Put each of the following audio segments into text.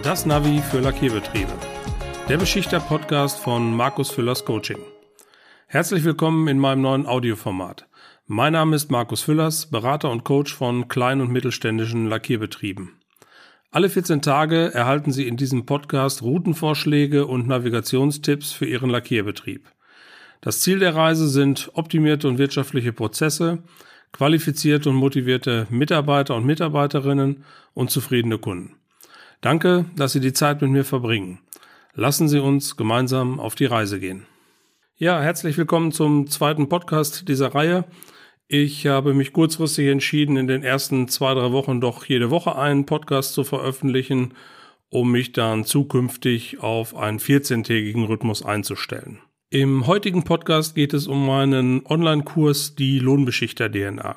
Das Navi für Lackierbetriebe. Der Beschichter-Podcast von Markus Füllers Coaching. Herzlich willkommen in meinem neuen Audioformat. Mein Name ist Markus Füllers, Berater und Coach von kleinen und mittelständischen Lackierbetrieben. Alle 14 Tage erhalten Sie in diesem Podcast Routenvorschläge und Navigationstipps für Ihren Lackierbetrieb. Das Ziel der Reise sind optimierte und wirtschaftliche Prozesse, qualifizierte und motivierte Mitarbeiter und Mitarbeiterinnen und zufriedene Kunden. Danke, dass Sie die Zeit mit mir verbringen. Lassen Sie uns gemeinsam auf die Reise gehen. Ja, herzlich willkommen zum zweiten Podcast dieser Reihe. Ich habe mich kurzfristig entschieden, in den ersten 2-3 Wochen doch jede Woche einen Podcast zu veröffentlichen, um mich dann zukünftig auf einen 14-tägigen Rhythmus einzustellen. Im heutigen Podcast geht es um meinen Online-Kurs Die Lohnbeschichter-DNA.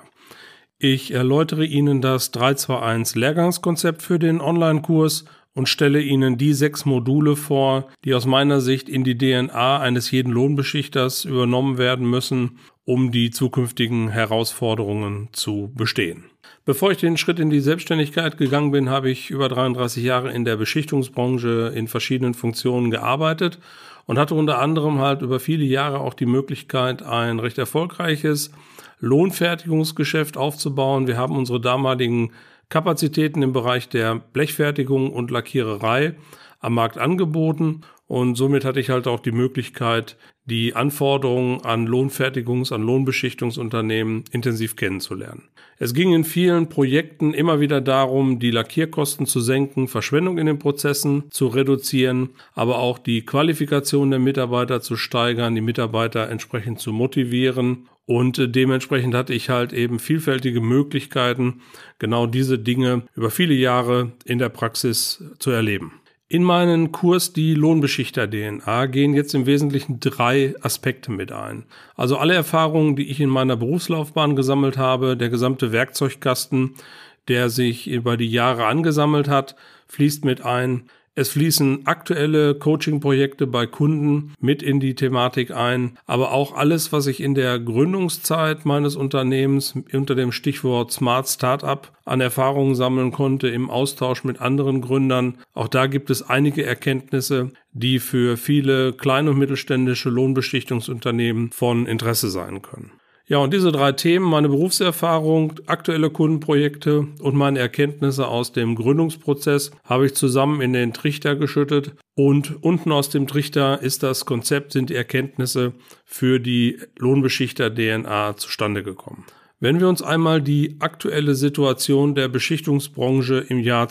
Ich erläutere Ihnen das 3-2-1 Lehrgangskonzept für den Online-Kurs und stelle Ihnen die 6 Module vor, die aus meiner Sicht in die DNA eines jeden Lohnbeschichters übernommen werden müssen, um die zukünftigen Herausforderungen zu bestehen. Bevor ich den Schritt in die Selbstständigkeit gegangen bin, habe ich über 33 Jahre in der Beschichtungsbranche in verschiedenen Funktionen gearbeitet und hatte unter anderem halt über viele Jahre auch die Möglichkeit, ein recht erfolgreiches Lohnfertigungsgeschäft aufzubauen. Wir haben unsere damaligen Kapazitäten im Bereich der Blechfertigung und Lackiererei am Markt angeboten und somit hatte ich halt auch die Möglichkeit, die Anforderungen an an Lohnbeschichtungsunternehmen intensiv kennenzulernen. Es ging in vielen Projekten immer wieder darum, die Lackierkosten zu senken, Verschwendung in den Prozessen zu reduzieren, aber auch die Qualifikation der Mitarbeiter zu steigern, die Mitarbeiter entsprechend zu motivieren. Und dementsprechend hatte ich halt eben vielfältige Möglichkeiten, genau diese Dinge über viele Jahre in der Praxis zu erleben. In meinen Kurs Die Lohnbeschichter-DNA gehen jetzt im Wesentlichen 3 Aspekte mit ein. Also alle Erfahrungen, die ich in meiner Berufslaufbahn gesammelt habe, der gesamte Werkzeugkasten, der sich über die Jahre angesammelt hat, fließt mit ein. Es fließen aktuelle Coaching-Projekte bei Kunden mit in die Thematik ein, aber auch alles, was ich in der Gründungszeit meines Unternehmens unter dem Stichwort Smart Startup an Erfahrungen sammeln konnte im Austausch mit anderen Gründern. Auch da gibt es einige Erkenntnisse, die für viele kleine und mittelständische Lohnbeschichtungsunternehmen von Interesse sein können. Ja, und diese 3 Themen, meine Berufserfahrung, aktuelle Kundenprojekte und meine Erkenntnisse aus dem Gründungsprozess habe ich zusammen in den Trichter geschüttet und unten aus dem Trichter sind die Erkenntnisse für die Lohnbeschichter-DNA zustande gekommen. Wenn wir uns einmal die aktuelle Situation der Beschichtungsbranche im Jahr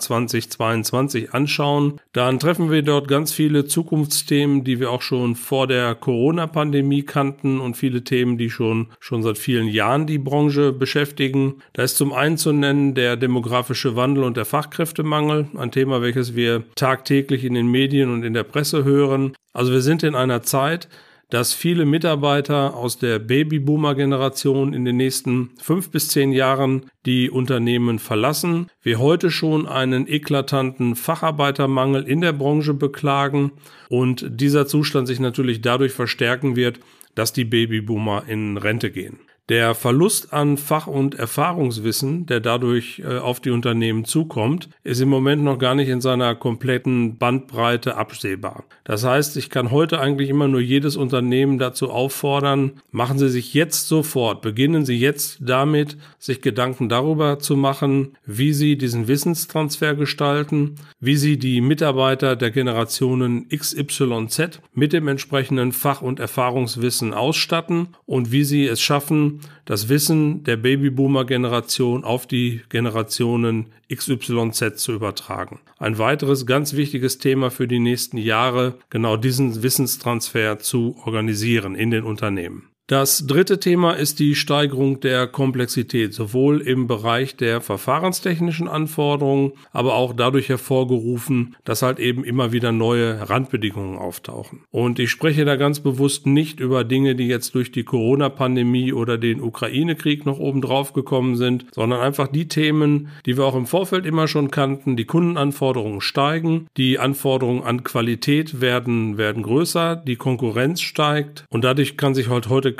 2022 anschauen, dann treffen wir dort ganz viele Zukunftsthemen, die wir auch schon vor der Corona-Pandemie kannten und viele Themen, die schon seit vielen Jahren die Branche beschäftigen. Da ist zum einen zu nennen der demografische Wandel und der Fachkräftemangel, ein Thema, welches wir tagtäglich in den Medien und in der Presse hören. Also wir sind in einer Zeit, dass viele Mitarbeiter aus der Babyboomer-Generation in den nächsten 5 bis 10 Jahren die Unternehmen verlassen. Wir heute schon einen eklatanten Facharbeitermangel in der Branche beklagen und dieser Zustand sich natürlich dadurch verstärken wird, dass die Babyboomer in Rente gehen. Der Verlust an Fach- und Erfahrungswissen, der dadurch auf die Unternehmen zukommt, ist im Moment noch gar nicht in seiner kompletten Bandbreite absehbar. Das heißt, ich kann heute eigentlich immer nur jedes Unternehmen dazu auffordern, machen Sie sich jetzt sofort, beginnen Sie jetzt damit, sich Gedanken darüber zu machen, wie Sie diesen Wissenstransfer gestalten, wie Sie die Mitarbeiter der Generationen XYZ mit dem entsprechenden Fach- und Erfahrungswissen ausstatten und wie Sie es schaffen, das Wissen der Babyboomer-Generation auf die Generationen XYZ zu übertragen. Ein weiteres ganz wichtiges Thema für die nächsten Jahre, genau diesen Wissenstransfer zu organisieren in den Unternehmen. Das dritte Thema ist die Steigerung der Komplexität, sowohl im Bereich der verfahrenstechnischen Anforderungen, aber auch dadurch hervorgerufen, dass halt eben immer wieder neue Randbedingungen auftauchen. Und ich spreche da ganz bewusst nicht über Dinge, die jetzt durch die Corona-Pandemie oder den Ukraine-Krieg noch oben drauf gekommen sind, sondern einfach die Themen, die wir auch im Vorfeld immer schon kannten. Die Kundenanforderungen steigen, die Anforderungen an Qualität werden größer, die Konkurrenz steigt und dadurch kann sich heute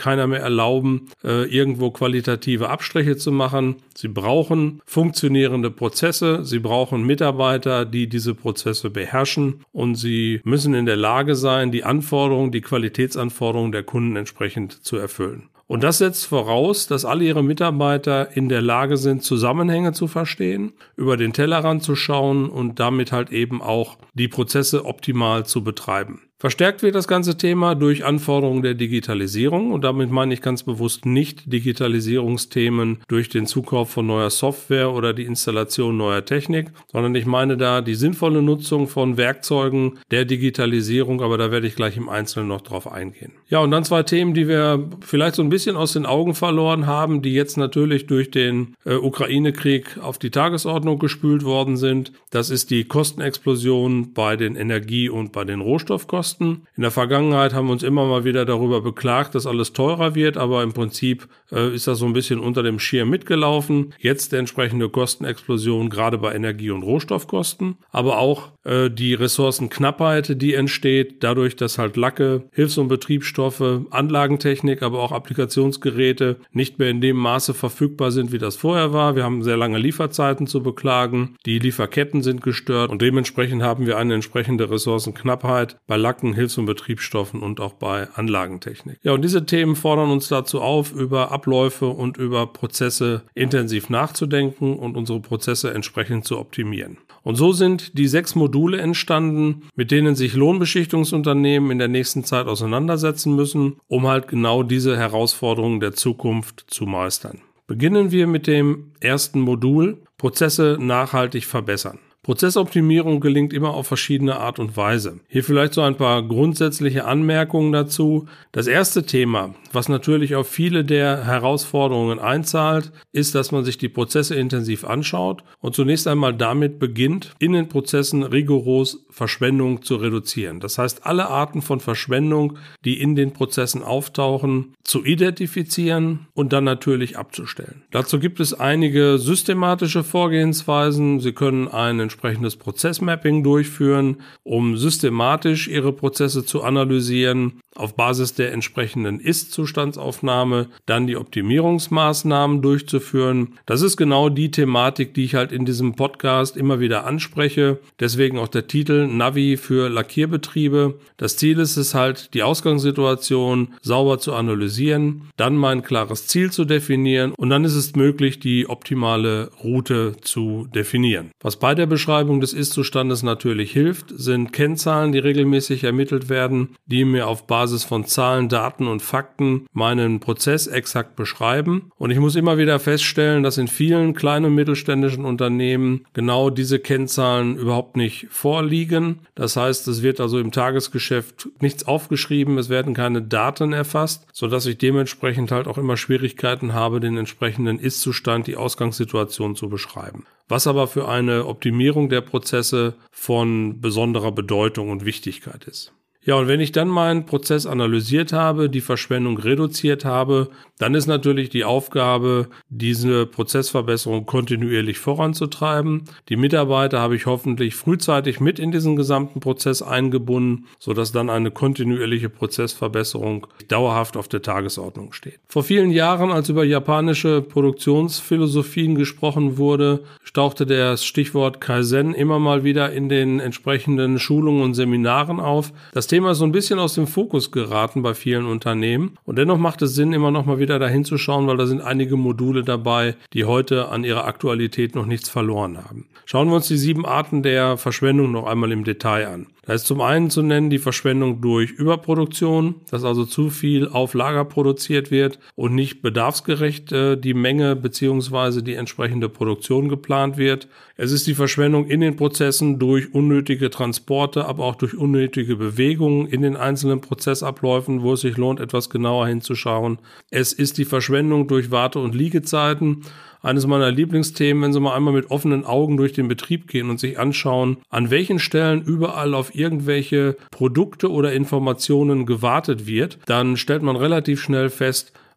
keiner mehr erlauben, irgendwo qualitative Abstriche zu machen. Sie brauchen funktionierende Prozesse, sie brauchen Mitarbeiter, die diese Prozesse beherrschen und sie müssen in der Lage sein, die Anforderungen, die Qualitätsanforderungen der Kunden entsprechend zu erfüllen. Und das setzt voraus, dass alle ihre Mitarbeiter in der Lage sind, Zusammenhänge zu verstehen, über den Tellerrand zu schauen und damit halt eben auch die Prozesse optimal zu betreiben. Verstärkt wird das ganze Thema durch Anforderungen der Digitalisierung und damit meine ich ganz bewusst nicht Digitalisierungsthemen durch den Zukauf von neuer Software oder die Installation neuer Technik, sondern ich meine da die sinnvolle Nutzung von Werkzeugen der Digitalisierung, aber da werde ich gleich im Einzelnen noch drauf eingehen. Ja, und dann 2 Themen, die wir vielleicht so ein bisschen aus den Augen verloren haben, die jetzt natürlich durch den Ukraine-Krieg auf die Tagesordnung gespült worden sind. Das ist die Kostenexplosion bei den Energie- und bei den Rohstoffkosten. In der Vergangenheit haben wir uns immer mal wieder darüber beklagt, dass alles teurer wird, aber im Prinzip ist das so ein bisschen unter dem Schirm mitgelaufen. Jetzt die entsprechende Kostenexplosion, gerade bei Energie- und Rohstoffkosten, aber auch die Ressourcenknappheit, die entsteht, dadurch, dass halt Lacke, Hilfs- und Betriebsstoffe, Anlagentechnik, aber auch Applikationsgeräte nicht mehr in dem Maße verfügbar sind, wie das vorher war. Wir haben sehr lange Lieferzeiten zu beklagen, die Lieferketten sind gestört und dementsprechend haben wir eine entsprechende Ressourcenknappheit bei Lacken, Hilfs- und Betriebsstoffen und auch bei Anlagentechnik. Ja, und diese Themen fordern uns dazu auf, über Abläufe und über Prozesse intensiv nachzudenken und unsere Prozesse entsprechend zu optimieren. Und so sind die 6 Module entstanden, mit denen sich Lohnbeschichtungsunternehmen in der nächsten Zeit auseinandersetzen müssen, um halt genau diese Herausforderungen der Zukunft zu meistern. Beginnen wir mit dem ersten Modul, Prozesse nachhaltig verbessern. Prozessoptimierung gelingt immer auf verschiedene Art und Weise. Hier vielleicht so ein paar grundsätzliche Anmerkungen dazu. Das erste Thema, was natürlich auf viele der Herausforderungen einzahlt, ist, dass man sich die Prozesse intensiv anschaut und zunächst einmal damit beginnt, in den Prozessen rigoros Verschwendung zu reduzieren. Das heißt, alle Arten von Verschwendung, die in den Prozessen auftauchen, zu identifizieren und dann natürlich abzustellen. Dazu gibt es einige systematische Vorgehensweisen. Sie können ein entsprechendes Prozessmapping durchführen, um systematisch Ihre Prozesse zu analysieren, auf Basis der entsprechenden Ist-Zustandsaufnahme dann die Optimierungsmaßnahmen durchzuführen. Das ist genau die Thematik, die ich halt in diesem Podcast immer wieder anspreche. Deswegen auch der Titel Navi für Lackierbetriebe. Das Ziel ist es halt, die Ausgangssituation sauber zu analysieren, dann mein klares Ziel zu definieren und dann ist es möglich, die optimale Route zu definieren. Was bei der Beschreibung des Ist-Zustandes natürlich hilft, sind Kennzahlen, die regelmäßig ermittelt werden, die mir auf Basis von Zahlen, Daten und Fakten meinen Prozess exakt beschreiben. Und ich muss immer wieder feststellen, dass in vielen kleinen und mittelständischen Unternehmen genau diese Kennzahlen überhaupt nicht vorliegen. Das heißt, es wird also im Tagesgeschäft nichts aufgeschrieben, es werden keine Daten erfasst, sodass ich dementsprechend halt auch immer Schwierigkeiten habe, den entsprechenden Ist-Zustand, die Ausgangssituation zu beschreiben. Was aber für eine Optimierung der Prozesse von besonderer Bedeutung und Wichtigkeit ist. Ja, und wenn ich dann meinen Prozess analysiert habe, die Verschwendung reduziert habe, dann ist natürlich die Aufgabe, diese Prozessverbesserung kontinuierlich voranzutreiben. Die Mitarbeiter habe ich hoffentlich frühzeitig mit in diesen gesamten Prozess eingebunden, sodass dann eine kontinuierliche Prozessverbesserung dauerhaft auf der Tagesordnung steht. Vor vielen Jahren, als über japanische Produktionsphilosophien gesprochen wurde, tauchte das Stichwort Kaizen immer mal wieder in den entsprechenden Schulungen und Seminaren auf. Das Thema ist so ein bisschen aus dem Fokus geraten bei vielen Unternehmen und dennoch macht es Sinn, immer noch mal wieder dahin zu schauen, weil da sind einige Module dabei, die heute an ihrer Aktualität noch nichts verloren haben. Schauen wir uns die 7 Arten der Verschwendung noch einmal im Detail an. Da ist zum einen zu nennen die Verschwendung durch Überproduktion, dass also zu viel auf Lager produziert wird und nicht bedarfsgerecht die Menge bzw. die entsprechende Produktion geplant wird. Es ist die Verschwendung in den Prozessen durch unnötige Transporte, aber auch durch unnötige Bewegungen in den einzelnen Prozessabläufen, wo es sich lohnt, etwas genauer hinzuschauen. Es ist die Verschwendung durch Warte- und Liegezeiten. Eines meiner Lieblingsthemen, wenn Sie mal einmal mit offenen Augen durch den Betrieb gehen und sich anschauen, an welchen Stellen überall auf irgendwelche Produkte oder Informationen gewartet wird, dann stellt man relativ schnell fest,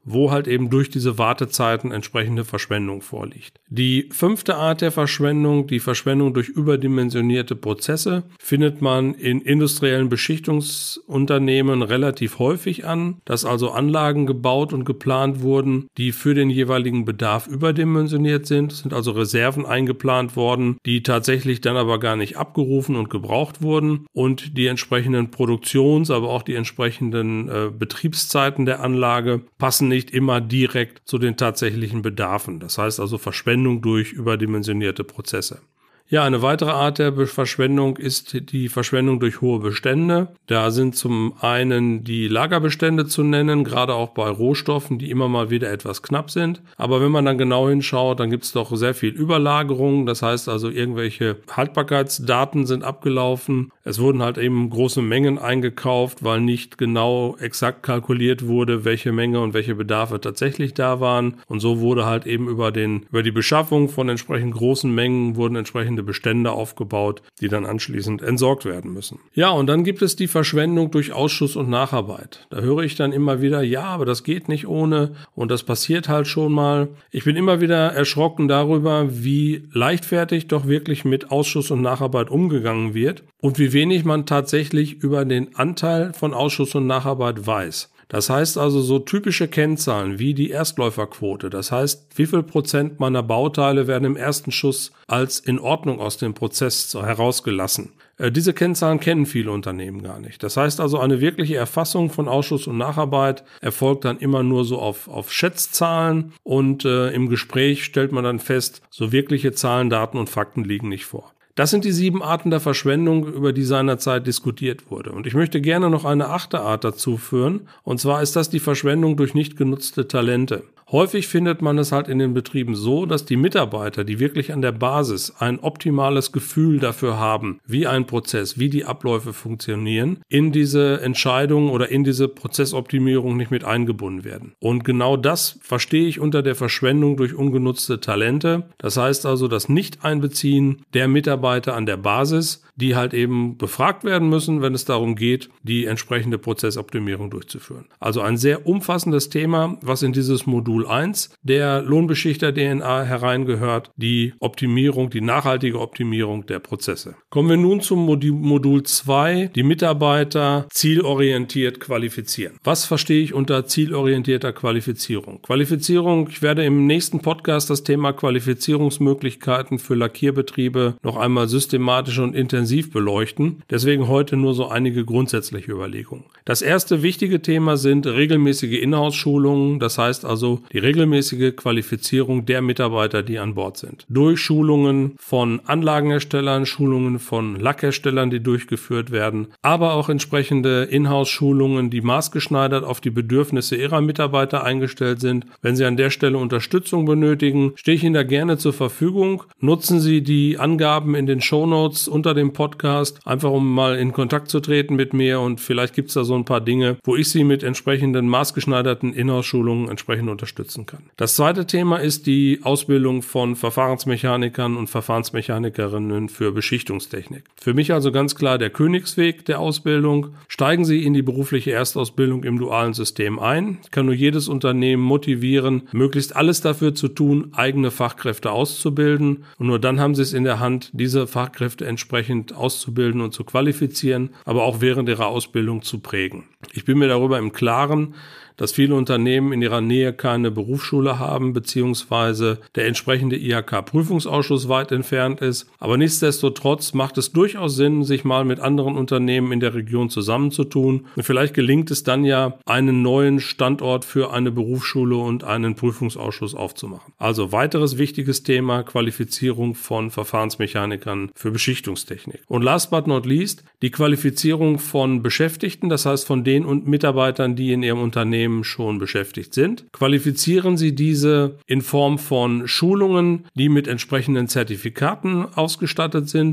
wo halt eben durch diese Wartezeiten entsprechende Verschwendung vorliegt. Die 5. Art der Verschwendung, die Verschwendung durch überdimensionierte Prozesse, findet man in industriellen Beschichtungsunternehmen relativ häufig an, dass also Anlagen gebaut und geplant wurden, die für den jeweiligen Bedarf überdimensioniert sind. Es sind also Reserven eingeplant worden, die tatsächlich dann aber gar nicht abgerufen und gebraucht wurden, und die entsprechenden aber auch die entsprechenden Betriebszeiten der Anlage passen nicht immer direkt zu den tatsächlichen Bedarfen. Das heißt also Verschwendung durch überdimensionierte Prozesse. Ja, eine weitere Art der Verschwendung ist die Verschwendung durch hohe Bestände. Da sind zum einen die Lagerbestände zu nennen, gerade auch bei Rohstoffen, die immer mal wieder etwas knapp sind. Aber wenn man dann genau hinschaut, dann gibt es doch sehr viel Überlagerung. Das heißt also, irgendwelche Haltbarkeitsdaten sind abgelaufen. Es wurden halt eben große Mengen eingekauft, weil nicht genau exakt kalkuliert wurde, welche Menge und welche Bedarfe tatsächlich da waren. Und so wurde halt eben über die Beschaffung von entsprechend großen Mengen wurden entsprechend Bestände aufgebaut, die dann anschließend entsorgt werden müssen. Ja, und dann gibt es die Verschwendung durch Ausschuss und Nacharbeit. Da höre ich dann immer wieder, ja, aber das geht nicht ohne und das passiert halt schon mal. Ich bin immer wieder erschrocken darüber, wie leichtfertig doch wirklich mit Ausschuss und Nacharbeit umgegangen wird und wie wenig man tatsächlich über den Anteil von Ausschuss und Nacharbeit weiß. Das heißt also so typische Kennzahlen wie die Erstläuferquote. Das heißt, wie viel Prozent meiner Bauteile werden im ersten Schuss als in Ordnung aus dem Prozess herausgelassen. Diese Kennzahlen kennen viele Unternehmen gar nicht. Das heißt also, eine wirkliche Erfassung von Ausschuss und Nacharbeit erfolgt dann immer nur so auf Schätzzahlen und im Gespräch stellt man dann fest, so wirkliche Zahlen, Daten und Fakten liegen nicht vor. Das sind die 7 Arten der Verschwendung, über die seinerzeit diskutiert wurde. Und ich möchte gerne noch eine 8. Art dazu führen. Und zwar ist das die Verschwendung durch nicht genutzte Talente. Häufig findet man es halt in den Betrieben so, dass die Mitarbeiter, die wirklich an der Basis ein optimales Gefühl dafür haben, wie ein Prozess, wie die Abläufe funktionieren, in diese Entscheidungen oder in diese Prozessoptimierung nicht mit eingebunden werden. Und genau das verstehe ich unter der Verschwendung durch ungenutzte Talente. Das heißt also das Nicht-Einbeziehen der Mitarbeiter an der Basis, die halt eben befragt werden müssen, wenn es darum geht, die entsprechende Prozessoptimierung durchzuführen. Also ein sehr umfassendes Thema, was in dieses Modul 1 der Lohnbeschichter-DNA hereingehört, die Optimierung, die nachhaltige Optimierung der Prozesse. Kommen wir nun zum Modul 2, die Mitarbeiter zielorientiert qualifizieren. Was verstehe ich unter zielorientierter Qualifizierung? Qualifizierung, ich werde im nächsten Podcast das Thema Qualifizierungsmöglichkeiten für Lackierbetriebe noch einmal systematisch und intensiv beleuchten. Deswegen heute nur so einige grundsätzliche Überlegungen. Das erste wichtige Thema sind regelmäßige Inhouse-Schulungen, das heißt also die regelmäßige Qualifizierung der Mitarbeiter, die an Bord sind. Durch Schulungen von Anlagenherstellern, Schulungen von Lackherstellern, die durchgeführt werden, aber auch entsprechende Inhouse-Schulungen, die maßgeschneidert auf die Bedürfnisse ihrer Mitarbeiter eingestellt sind. Wenn Sie an der Stelle Unterstützung benötigen, stehe ich Ihnen da gerne zur Verfügung. Nutzen Sie die Angaben in den Shownotes unter dem Podcast, einfach um mal in Kontakt zu treten mit mir, und vielleicht gibt es da so ein paar Dinge, wo ich Sie mit entsprechenden maßgeschneiderten Inhouse-Schulungen entsprechend unterstützen kann. Das zweite Thema ist die Ausbildung von Verfahrensmechanikern und Verfahrensmechanikerinnen für Beschichtungstechnik. Für mich also ganz klar der Königsweg der Ausbildung. Steigen Sie in die berufliche Erstausbildung im dualen System ein. Ich kann nur jedes Unternehmen motivieren, möglichst alles dafür zu tun, eigene Fachkräfte auszubilden, und nur dann haben Sie es in der Hand, diese Fachkräfte entsprechend auszubilden und zu qualifizieren, aber auch während ihrer Ausbildung zu prägen. Ich bin mir darüber im Klaren, dass viele Unternehmen in ihrer Nähe keine Berufsschule haben, beziehungsweise der entsprechende IHK-Prüfungsausschuss weit entfernt ist. Aber nichtsdestotrotz macht es durchaus Sinn, sich mal mit anderen Unternehmen in der Region zusammenzutun. Und vielleicht gelingt es dann ja, einen neuen Standort für eine Berufsschule und einen Prüfungsausschuss aufzumachen. Also weiteres wichtiges Thema, Qualifizierung von Verfahrensmechanikern für Beschichtungstechnik. Und last but not least, die Qualifizierung von Beschäftigten, das heißt von den Mitarbeitern, die in ihrem Unternehmen schon beschäftigt sind. Qualifizieren Sie diese in Form von Schulungen, die mit entsprechenden Zertifikaten ausgestattet sind,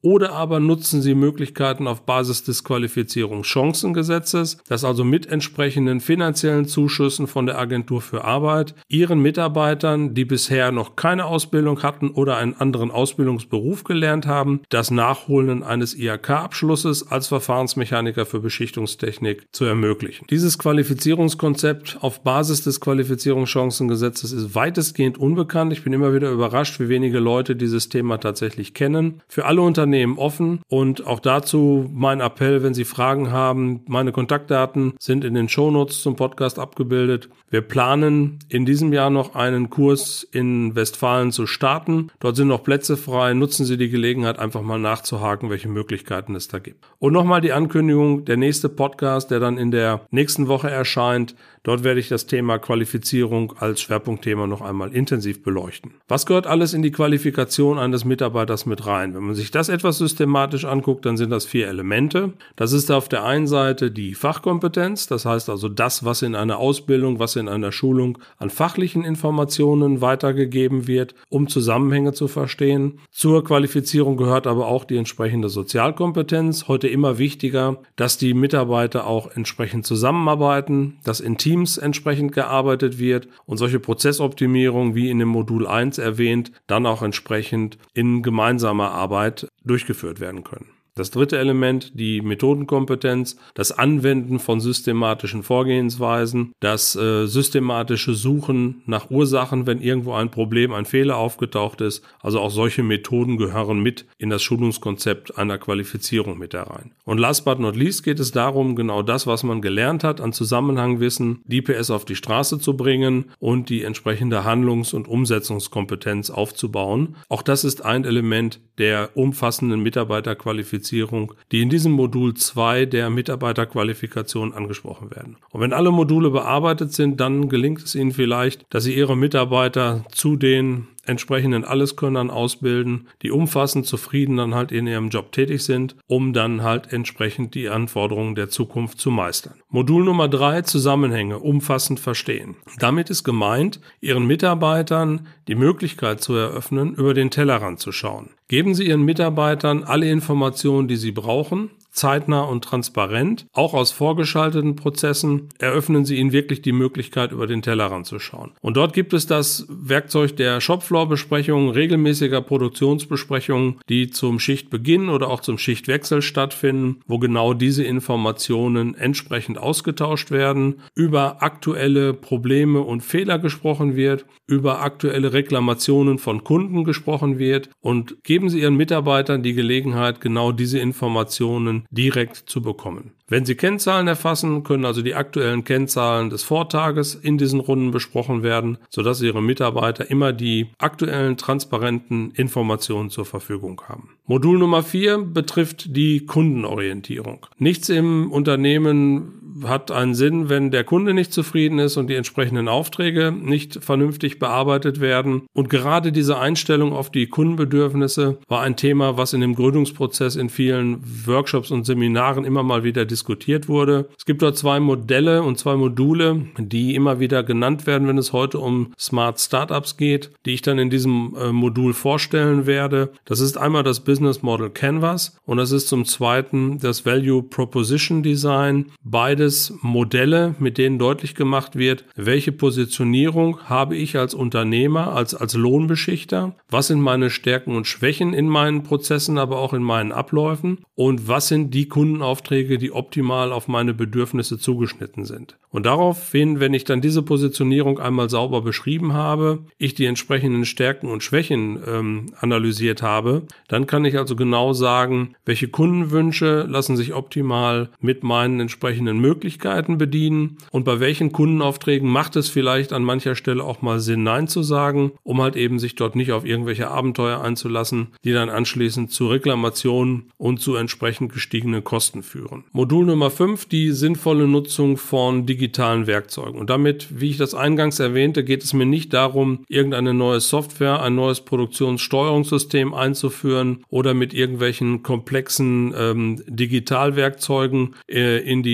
oder aber nutzen Sie Möglichkeiten auf Basis des Qualifizierungschancengesetzes, das also mit entsprechenden finanziellen Zuschüssen von der Agentur für Arbeit Ihren Mitarbeitern, die bisher noch keine Ausbildung hatten oder einen anderen Ausbildungsberuf gelernt haben, das Nachholen eines IHK-Abschlusses als Verfahrensmechaniker für Beschichtungstechnik zu ermöglichen. Dieses Qualifizierungskonzept auf Basis des Qualifizierungschancengesetzes ist weitestgehend unbekannt. Ich bin immer wieder überrascht, wie wenige Leute dieses Thema tatsächlich kennen. Für alle Unternehmen offen und auch dazu mein Appell, wenn Sie Fragen haben, meine Kontaktdaten sind in den Shownotes zum Podcast abgebildet. Wir planen in diesem Jahr noch einen Kurs in Westfalen zu starten. Dort sind noch Plätze frei. Nutzen Sie die Gelegenheit, einfach mal nachzuhaken, welche Möglichkeiten es da gibt. Und nochmal die Ankündigung, der nächste Podcast, der dann in der nächsten Woche erscheint, dort werde ich das Thema Qualifizierung als Schwerpunktthema noch einmal intensiv beleuchten. Was gehört alles in die Qualifikation eines Mitarbeiters mit rein? Wenn man sich das etwas systematisch anguckt, dann sind das 4 Elemente. Das ist auf der einen Seite die Fachkompetenz, das heißt also das, was in einer Ausbildung, was in einer Schulung an fachlichen Informationen weitergegeben wird, um Zusammenhänge zu verstehen. Zur Qualifizierung gehört aber auch die entsprechende Sozialkompetenz. Heute immer wichtiger, dass die Mitarbeiter auch entsprechend zusammenarbeiten, dass in Teams entsprechend gearbeitet wird und solche Prozessoptimierung, wie in dem Modul 1 erwähnt, dann auch entsprechend in gemeinsamer Arbeit durchgeführt werden können. Das dritte Element, die Methodenkompetenz, das Anwenden von systematischen Vorgehensweisen, das systematische Suchen nach Ursachen, wenn irgendwo ein Problem, ein Fehler aufgetaucht ist. Also auch solche Methoden gehören mit in das Schulungskonzept einer Qualifizierung mit herein. Und last but not least geht es darum, genau das, was man gelernt hat, an Zusammenhangwissen, die PS auf die Straße zu bringen und die entsprechende Handlungs- und Umsetzungskompetenz aufzubauen. Auch das ist ein Element der umfassenden Mitarbeiterqualifizierung, die in diesem Modul 2 der Mitarbeiterqualifikation angesprochen werden. Und wenn alle Module bearbeitet sind, dann gelingt es Ihnen vielleicht, dass Sie Ihre Mitarbeiter zu den entsprechenden Alleskönnern ausbilden, die umfassend zufrieden dann halt in ihrem Job tätig sind, um dann halt entsprechend die Anforderungen der Zukunft zu meistern. Modul Nummer 3, Zusammenhänge umfassend verstehen. Damit ist gemeint, Ihren Mitarbeitern die Möglichkeit zu eröffnen, über den Tellerrand zu schauen. Geben Sie Ihren Mitarbeitern alle Informationen, die sie brauchen, zeitnah und transparent, auch aus vorgeschalteten Prozessen, eröffnen Sie ihnen wirklich die Möglichkeit, über den Tellerrand zu schauen. Und dort gibt es das Werkzeug der Shopfloor-Besprechungen, regelmäßiger Produktionsbesprechungen, die zum Schichtbeginn oder auch zum Schichtwechsel stattfinden, wo genau diese Informationen entsprechend ausgetauscht werden, über aktuelle Probleme und Fehler gesprochen wird, über aktuelle Reklamationen von Kunden gesprochen wird und geben Sie Ihren Mitarbeitern die Gelegenheit, genau diese Informationen direkt zu bekommen. Wenn Sie Kennzahlen erfassen, können also die aktuellen Kennzahlen des Vortages in diesen Runden besprochen werden, sodass Ihre Mitarbeiter immer die aktuellen, transparenten Informationen zur Verfügung haben. Modul Nummer 4 betrifft die Kundenorientierung. Nichts im Unternehmen hat einen Sinn, wenn der Kunde nicht zufrieden ist und die entsprechenden Aufträge nicht vernünftig bearbeitet werden. Und gerade diese Einstellung auf die Kundenbedürfnisse war ein Thema, was in dem Gründungsprozess in vielen Workshops und Seminaren immer mal wieder diskutiert wurde. Es gibt dort 2 Modelle und 2 Module, die immer wieder genannt werden, wenn es heute um Smart Startups geht, die ich dann in diesem Modul vorstellen werde. Das ist einmal das Business Model Canvas und das ist zum Zweiten das Value Proposition Design. Beides Modelle, mit denen deutlich gemacht wird, welche Positionierung habe ich als Unternehmer, als Lohnbeschichter, was sind meine Stärken und Schwächen in meinen Prozessen, aber auch in meinen Abläufen und was sind die Kundenaufträge, die optimal auf meine Bedürfnisse zugeschnitten sind. Und daraufhin, wenn ich dann diese Positionierung einmal sauber beschrieben habe, ich die entsprechenden Stärken und Schwächen analysiert habe, dann kann ich also genau sagen, welche Kundenwünsche lassen sich optimal mit meinen entsprechenden Möglichkeiten bedienen und bei welchen Kundenaufträgen macht es vielleicht an mancher Stelle auch mal Sinn, Nein zu sagen, um halt eben sich dort nicht auf irgendwelche Abenteuer einzulassen, die dann anschließend zu Reklamationen und zu entsprechend gestiegenen Kosten führen. Modul Nummer 5, die sinnvolle Nutzung von digitalen Werkzeugen. Und damit, wie ich das eingangs erwähnte, geht es mir nicht darum, irgendeine neue Software, ein neues Produktionssteuerungssystem einzuführen oder mit irgendwelchen komplexen Digitalwerkzeugen in die Produktion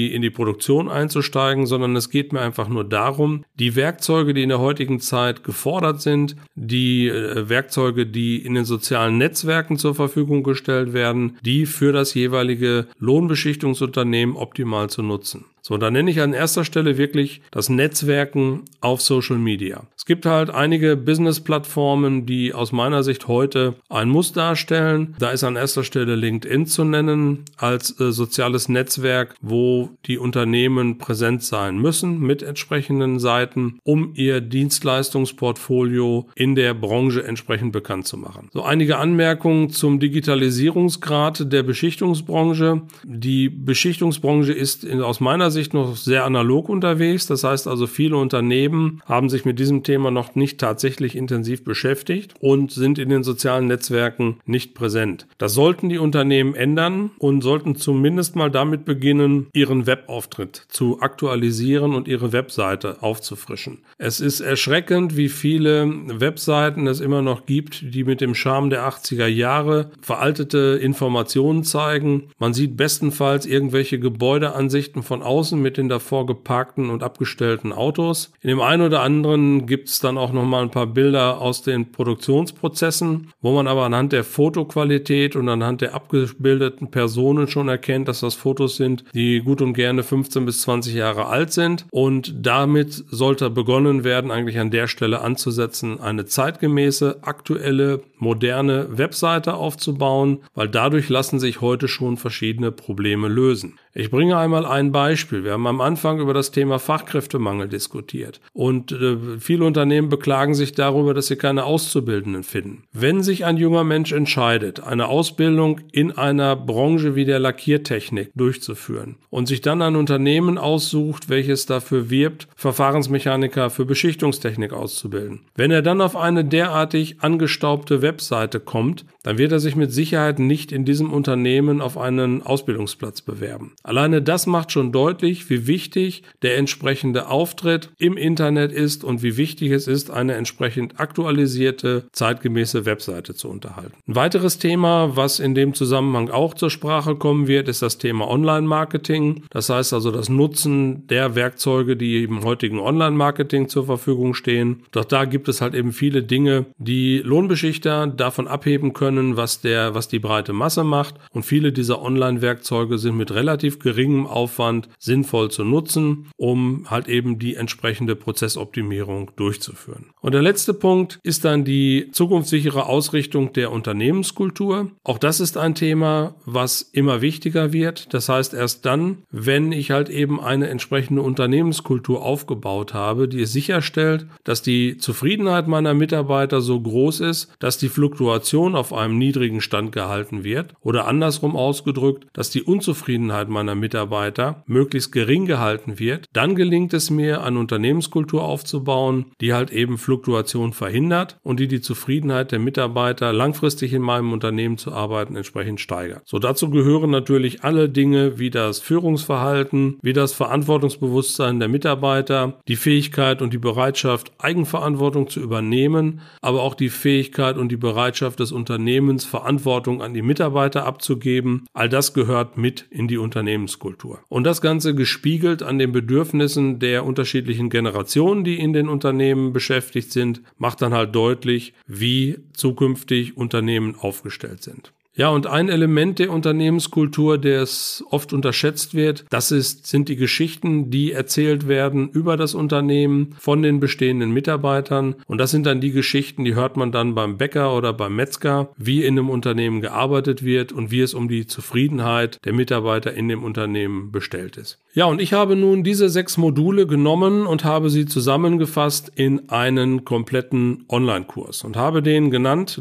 Produktion einzusteigen, sondern es geht mir einfach nur darum, die Werkzeuge, die in der heutigen Zeit gefordert sind, die Werkzeuge, die in den sozialen Netzwerken zur Verfügung gestellt werden, die für das jeweilige Lohnbeschichtungsunternehmen optimal zu nutzen. So, da nenne ich an erster Stelle wirklich das Netzwerken auf Social Media. Es gibt halt einige Business-Plattformen, die aus meiner Sicht heute ein Muss darstellen. Da ist an erster Stelle LinkedIn zu nennen als soziales Netzwerk, wo die Unternehmen präsent sein müssen mit entsprechenden Seiten, um ihr Dienstleistungsportfolio in der Branche entsprechend bekannt zu machen. So, einige Anmerkungen zum Digitalisierungsgrad der Beschichtungsbranche. Die Beschichtungsbranche ist aus meiner Sicht noch sehr analog unterwegs. Das heißt also, viele Unternehmen haben sich mit diesem Thema noch nicht tatsächlich intensiv beschäftigt und sind in den sozialen Netzwerken nicht präsent. Das sollten die Unternehmen ändern und sollten zumindest mal damit beginnen, ihren Webauftritt zu aktualisieren und ihre Webseite aufzufrischen. Es ist erschreckend, wie viele Webseiten es immer noch gibt, die mit dem Charme der 80er Jahre veraltete Informationen zeigen. Man sieht bestenfalls irgendwelche Gebäudeansichten von außen mit den davor geparkten und abgestellten Autos. In dem einen oder anderen gibt es dann auch noch mal ein paar Bilder aus den Produktionsprozessen, wo man aber anhand der Fotoqualität und anhand der abgebildeten Personen schon erkennt, dass das Fotos sind, die gut und gerne 15 bis 20 Jahre alt sind. Und damit sollte begonnen werden, eigentlich an der Stelle anzusetzen, eine zeitgemäße, aktuelle, moderne Webseite aufzubauen, weil dadurch lassen sich heute schon verschiedene Probleme lösen. Ich bringe einmal ein Beispiel. Wir haben am Anfang über das Thema Fachkräftemangel diskutiert und viele Unternehmen beklagen sich darüber, dass sie keine Auszubildenden finden. Wenn sich ein junger Mensch entscheidet, eine Ausbildung in einer Branche wie der Lackiertechnik durchzuführen und sich dann ein Unternehmen aussucht, welches dafür wirbt, Verfahrensmechaniker für Beschichtungstechnik auszubilden. Wenn er dann auf eine derartig angestaubte Webseite kommt, dann wird er sich mit Sicherheit nicht in diesem Unternehmen auf einen Ausbildungsplatz bewerben. Alleine das macht schon deutlich, wie wichtig der entsprechende Auftritt im Internet ist und wie wichtig es ist, eine entsprechend aktualisierte, zeitgemäße Webseite zu unterhalten. Ein weiteres Thema, was in dem Zusammenhang auch zur Sprache kommen wird, ist das Thema Online-Marketing. Das heißt also das Nutzen der Werkzeuge, die im heutigen Online-Marketing zur Verfügung stehen. Doch da gibt es halt eben viele Dinge, die Lohnbeschichter davon abheben können, was die breite Masse macht. Und viele dieser Online-Werkzeuge sind mit relativ geringem Aufwand sinnvoll zu nutzen, um halt eben die entsprechende Prozessoptimierung durchzuführen. Und der letzte Punkt ist dann die zukunftssichere Ausrichtung der Unternehmenskultur. Auch das ist ein Thema, was immer wichtiger wird. Das heißt, erst dann, wenn ich halt eben eine entsprechende Unternehmenskultur aufgebaut habe, die es sicherstellt, dass die Zufriedenheit meiner Mitarbeiter so groß ist, dass die Fluktuation auf einem niedrigen Stand gehalten wird oder andersrum ausgedrückt, dass die Unzufriedenheit meiner Mitarbeiter möglichst gering gehalten wird, dann gelingt es mir, eine Unternehmenskultur aufzubauen, die halt eben Fluktuation verhindert und die Zufriedenheit der Mitarbeiter, langfristig in meinem Unternehmen zu arbeiten, entsprechend steigert. So, dazu gehören natürlich alle Dinge wie das Führungsverhalten, wie das Verantwortungsbewusstsein der Mitarbeiter, die Fähigkeit und die Bereitschaft, Eigenverantwortung zu übernehmen, aber auch die Fähigkeit und die Bereitschaft des Unternehmens, Verantwortung an die Mitarbeiter abzugeben. All das gehört mit in die Unternehmenskultur. Und das Ganze gespiegelt an den Bedürfnissen der unterschiedlichen Generationen, die in den Unternehmen beschäftigt sind, macht dann halt deutlich, wie zukünftig Unternehmen aufgestellt sind. Ja, und ein Element der Unternehmenskultur, der es oft unterschätzt wird, sind die Geschichten, die erzählt werden über das Unternehmen von den bestehenden Mitarbeitern. Und das sind dann die Geschichten, die hört man dann beim Bäcker oder beim Metzger, wie in einem Unternehmen gearbeitet wird und wie es um die Zufriedenheit der Mitarbeiter in dem Unternehmen bestellt ist. Ja, und ich habe nun diese 6 Module genommen und habe sie zusammengefasst in einen kompletten Online-Kurs und habe den genannt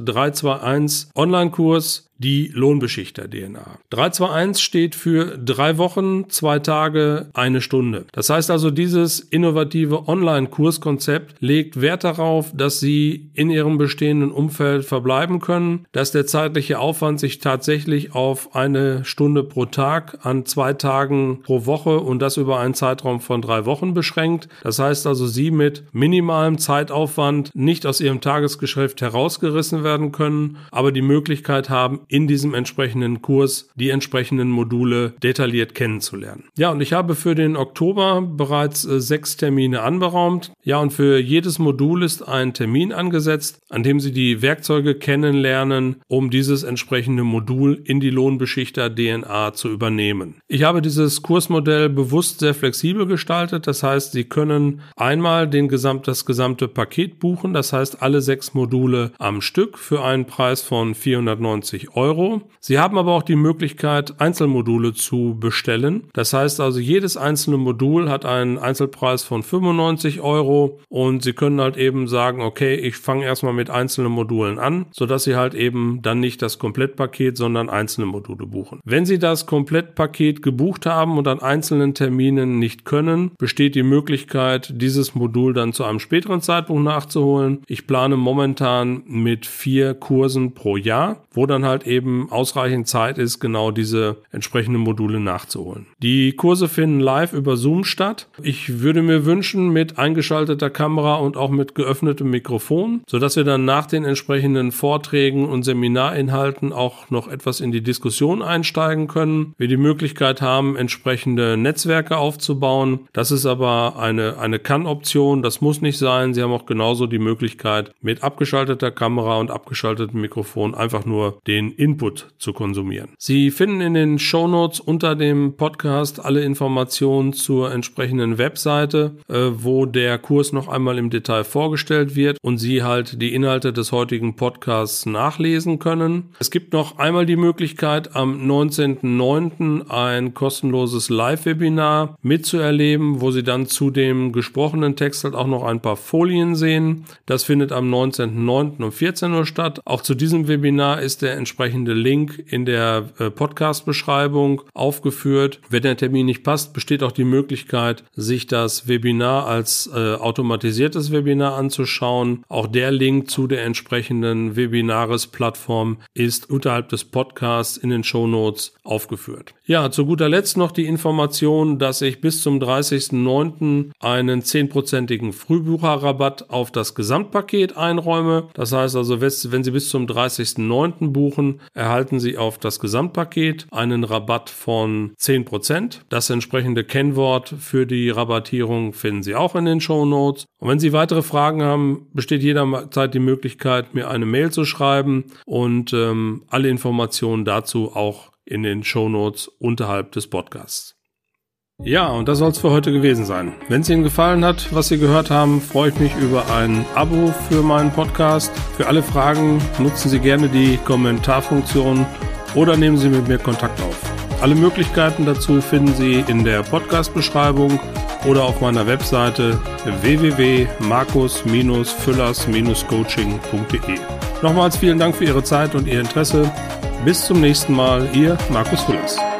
321 Online-Kurs, die Lohnbeschichter-DNA. 321 steht für 3 Wochen, 2 Tage, 1 Stunde. Das heißt also, dieses innovative Online-Kurskonzept legt Wert darauf, dass Sie in Ihrem bestehenden Umfeld verbleiben können, dass der zeitliche Aufwand sich tatsächlich auf 1 Stunde pro Tag an 2 Tagen pro Woche und das über einen Zeitraum von 3 Wochen beschränkt. Das heißt also, Sie mit minimalem Zeitaufwand nicht aus Ihrem Tagesgeschäft herausgerissen werden können, aber die Möglichkeit haben, in diesem entsprechenden Kurs die entsprechenden Module detailliert kennenzulernen. Ja, und ich habe für den Oktober bereits 6 Termine anberaumt. Ja, und für jedes Modul ist ein Termin angesetzt, an dem Sie die Werkzeuge kennenlernen, um dieses entsprechende Modul in die Lohnbeschichter DNA zu übernehmen. Ich habe dieses Kursmodell bewusst sehr flexibel gestaltet. Das heißt, Sie können einmal das gesamte Paket buchen. Das heißt, alle 6 Module am Stück für einen Preis von 490 €. Sie haben aber auch die Möglichkeit, Einzelmodule zu bestellen. Das heißt also, jedes einzelne Modul hat einen Einzelpreis von 95 € und Sie können halt eben sagen, okay, ich fange erstmal mit einzelnen Modulen an, sodass Sie halt eben dann nicht das Komplettpaket, sondern einzelne Module buchen. Wenn Sie das Komplettpaket gebucht haben und an einzelnen Terminen nicht können, besteht die Möglichkeit, dieses Modul dann zu einem späteren Zeitpunkt nachzuholen. Ich plane momentan mit 4 Kursen pro Jahr, wo dann halt eben ausreichend Zeit ist, genau diese entsprechenden Module nachzuholen. Die Kurse finden live über Zoom statt. Ich würde mir wünschen, mit eingeschalteter Kamera und auch mit geöffnetem Mikrofon, sodass wir dann nach den entsprechenden Vorträgen und Seminarinhalten auch noch etwas in die Diskussion einsteigen können. Wir die Möglichkeit haben, entsprechende Netzwerke aufzubauen. Das ist aber eine Kann-Option, das muss nicht sein. Sie haben auch genauso die Möglichkeit, mit abgeschalteter Kamera und abgeschaltetem Mikrofon einfach nur den Input zu konsumieren. Sie finden in den Shownotes unter dem Podcast alle Informationen zur entsprechenden Webseite, wo der Kurs noch einmal im Detail vorgestellt wird und Sie halt die Inhalte des heutigen Podcasts nachlesen können. Es gibt noch einmal die Möglichkeit, am 19.09. ein kostenloses Live-Webinar mitzuerleben, wo Sie dann zu dem gesprochenen Text halt auch noch ein paar Folien sehen. Das findet am 19.09. um 14 Uhr statt. Auch zu diesem Webinar ist der entsprechende Link in der Podcast-Beschreibung aufgeführt. Wenn der Termin nicht passt, besteht auch die Möglichkeit, sich das Webinar als automatisiertes Webinar anzuschauen. Auch der Link zu der entsprechenden Webinares-Plattform ist unterhalb des Podcasts in den Shownotes aufgeführt. Ja, zu guter Letzt noch die Information, dass ich bis zum 30.09. einen 10%igen Frühbucherrabatt auf das Gesamtpaket einräume. Das heißt also, wenn Sie bis zum 30.09. buchen, erhalten Sie auf das Gesamtpaket einen Rabatt von 10%. Das entsprechende Kennwort für die Rabattierung finden Sie auch in den Shownotes. Und wenn Sie weitere Fragen haben, besteht jederzeit die Möglichkeit, mir eine Mail zu schreiben und alle Informationen dazu auch in den Shownotes unterhalb des Podcasts. Ja, und das soll es für heute gewesen sein. Wenn es Ihnen gefallen hat, was Sie gehört haben, freue ich mich über ein Abo für meinen Podcast. Für alle Fragen nutzen Sie gerne die Kommentarfunktion oder nehmen Sie mit mir Kontakt auf. Alle Möglichkeiten dazu finden Sie in der Podcast-Beschreibung oder auf meiner Webseite www.markus-füllers-coaching.de. Nochmals vielen Dank für Ihre Zeit und Ihr Interesse. Bis zum nächsten Mal, Ihr Markus Füllers.